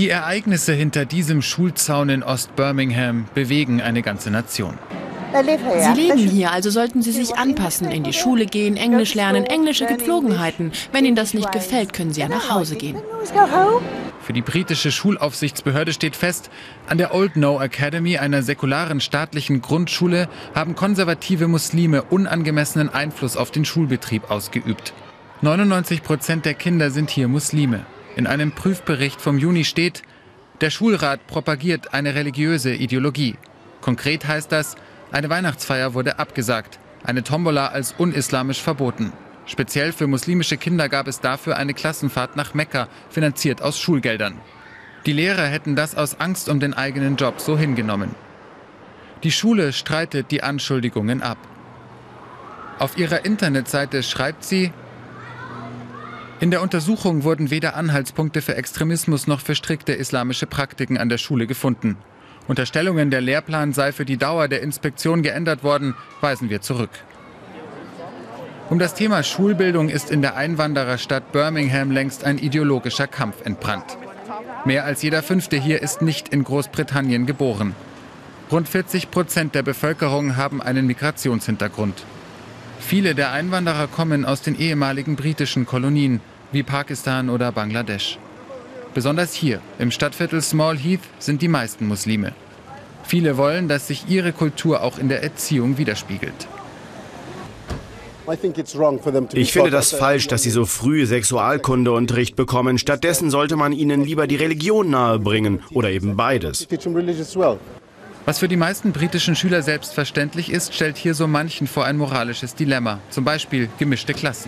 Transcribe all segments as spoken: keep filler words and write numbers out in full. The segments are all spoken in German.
Die Ereignisse hinter diesem Schulzaun in Ost-Birmingham bewegen eine ganze Nation. Sie leben hier, also sollten Sie sich anpassen, in die Schule gehen, Englisch lernen, englische Gepflogenheiten. Wenn Ihnen das nicht gefällt, können Sie ja nach Hause gehen. Für die britische Schulaufsichtsbehörde steht fest, an der Old No Academy, einer säkularen staatlichen Grundschule, haben konservative Muslime unangemessenen Einfluss auf den Schulbetrieb ausgeübt. neunundneunzig Prozent der Kinder sind hier Muslime. In einem Prüfbericht vom Juni steht, der Schulrat propagiert eine religiöse Ideologie. Konkret heißt das, eine Weihnachtsfeier wurde abgesagt, eine Tombola als unislamisch verboten. Speziell für muslimische Kinder gab es dafür eine Klassenfahrt nach Mekka, finanziert aus Schulgeldern. Die Lehrer hätten das aus Angst um den eigenen Job so hingenommen. Die Schule streitet die Anschuldigungen ab. Auf ihrer Internetseite schreibt sie: In der Untersuchung wurden weder Anhaltspunkte für Extremismus noch für strikte islamische Praktiken an der Schule gefunden. Unterstellungen, der Lehrplan sei für die Dauer der Inspektion geändert worden, weisen wir zurück. Um das Thema Schulbildung ist in der Einwandererstadt Birmingham längst ein ideologischer Kampf entbrannt. Mehr als jeder Fünfte hier ist nicht in Großbritannien geboren. Rund vierzig Prozent der Bevölkerung haben einen Migrationshintergrund. Viele der Einwanderer kommen aus den ehemaligen britischen Kolonien, wie Pakistan oder Bangladesch. Besonders hier, im Stadtviertel Small Heath, sind die meisten Muslime. Viele wollen, dass sich ihre Kultur auch in der Erziehung widerspiegelt. Ich finde das falsch, dass sie so früh Sexualkundeunterricht bekommen. Stattdessen sollte man ihnen lieber die Religion nahebringen oder eben beides. Was für die meisten britischen Schüler selbstverständlich ist, stellt hier so manchen vor ein moralisches Dilemma. Zum Beispiel gemischte Klassen.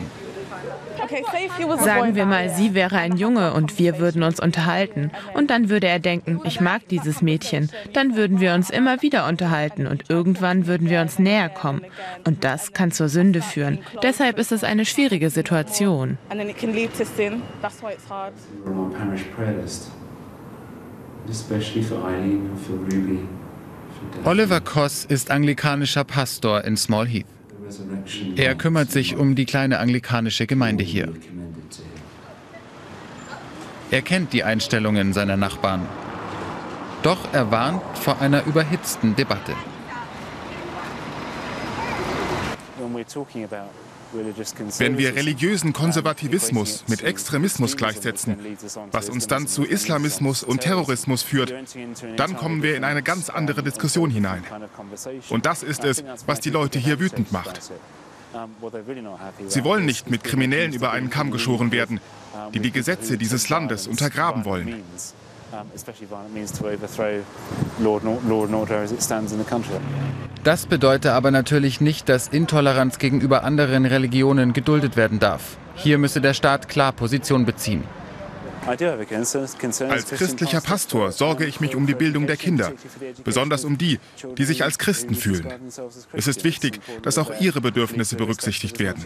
Sagen wir mal, sie wäre ein Junge und wir würden uns unterhalten. Und dann würde er denken, ich mag dieses Mädchen. Dann würden wir uns immer wieder unterhalten und irgendwann würden wir uns näher kommen. Und das kann zur Sünde führen. Deshalb ist es eine schwierige Situation. Oliver Koss ist anglikanischer Pastor in Small Heath. Er kümmert sich um die kleine anglikanische Gemeinde hier. Er kennt die Einstellungen seiner Nachbarn. Doch er warnt vor einer überhitzten Debatte. Wenn wir religiösen Konservativismus mit Extremismus gleichsetzen, was uns dann zu Islamismus und Terrorismus führt, dann kommen wir in eine ganz andere Diskussion hinein. Und das ist es, was die Leute hier wütend macht. Sie wollen nicht mit Kriminellen über einen Kamm geschoren werden, die die Gesetze dieses Landes untergraben wollen. Das bedeutet aber natürlich nicht, dass Intoleranz gegenüber anderen Religionen geduldet werden darf. Hier müsse der Staat klar Position beziehen. Als christlicher Pastor sorge ich mich um die Bildung der Kinder, besonders um die, die sich als Christen fühlen. Es ist wichtig, dass auch ihre Bedürfnisse berücksichtigt werden.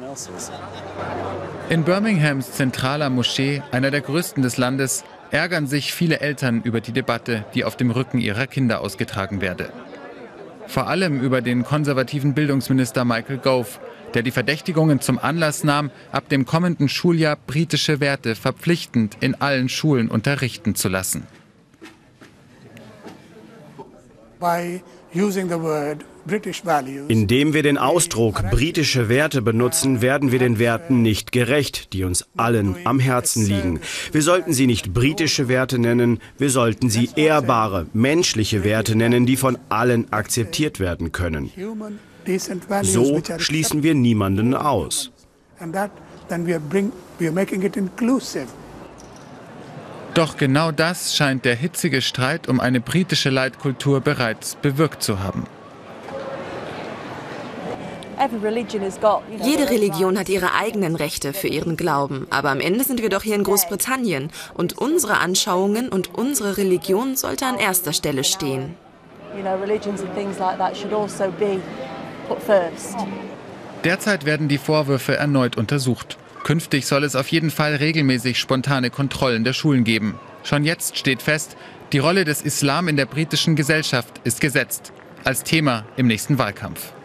In Birminghams zentraler Moschee, einer der größten des Landes, ärgern sich viele Eltern über die Debatte, die auf dem Rücken ihrer Kinder ausgetragen werde. Vor allem über den konservativen Bildungsminister Michael Gove, der die Verdächtigungen zum Anlass nahm, ab dem kommenden Schuljahr britische Werte verpflichtend in allen Schulen unterrichten zu lassen. Indem wir den Ausdruck britische Werte benutzen, werden wir den Werten nicht gerecht, die uns allen am Herzen liegen. Wir sollten sie nicht britische Werte nennen, wir sollten sie ehrbare, menschliche Werte nennen, die von allen akzeptiert werden können. So schließen wir niemanden aus. Doch genau das scheint der hitzige Streit um eine britische Leitkultur bereits bewirkt zu haben. Jede Religion hat ihre eigenen Rechte für ihren Glauben. Aber am Ende sind wir doch hier in Großbritannien. Und unsere Anschauungen und unsere Religion sollte an erster Stelle stehen. Derzeit werden die Vorwürfe erneut untersucht. Künftig soll es auf jeden Fall regelmäßig spontane Kontrollen der Schulen geben. Schon jetzt steht fest, die Rolle des Islam in der britischen Gesellschaft ist gesetzt. Als Thema im nächsten Wahlkampf.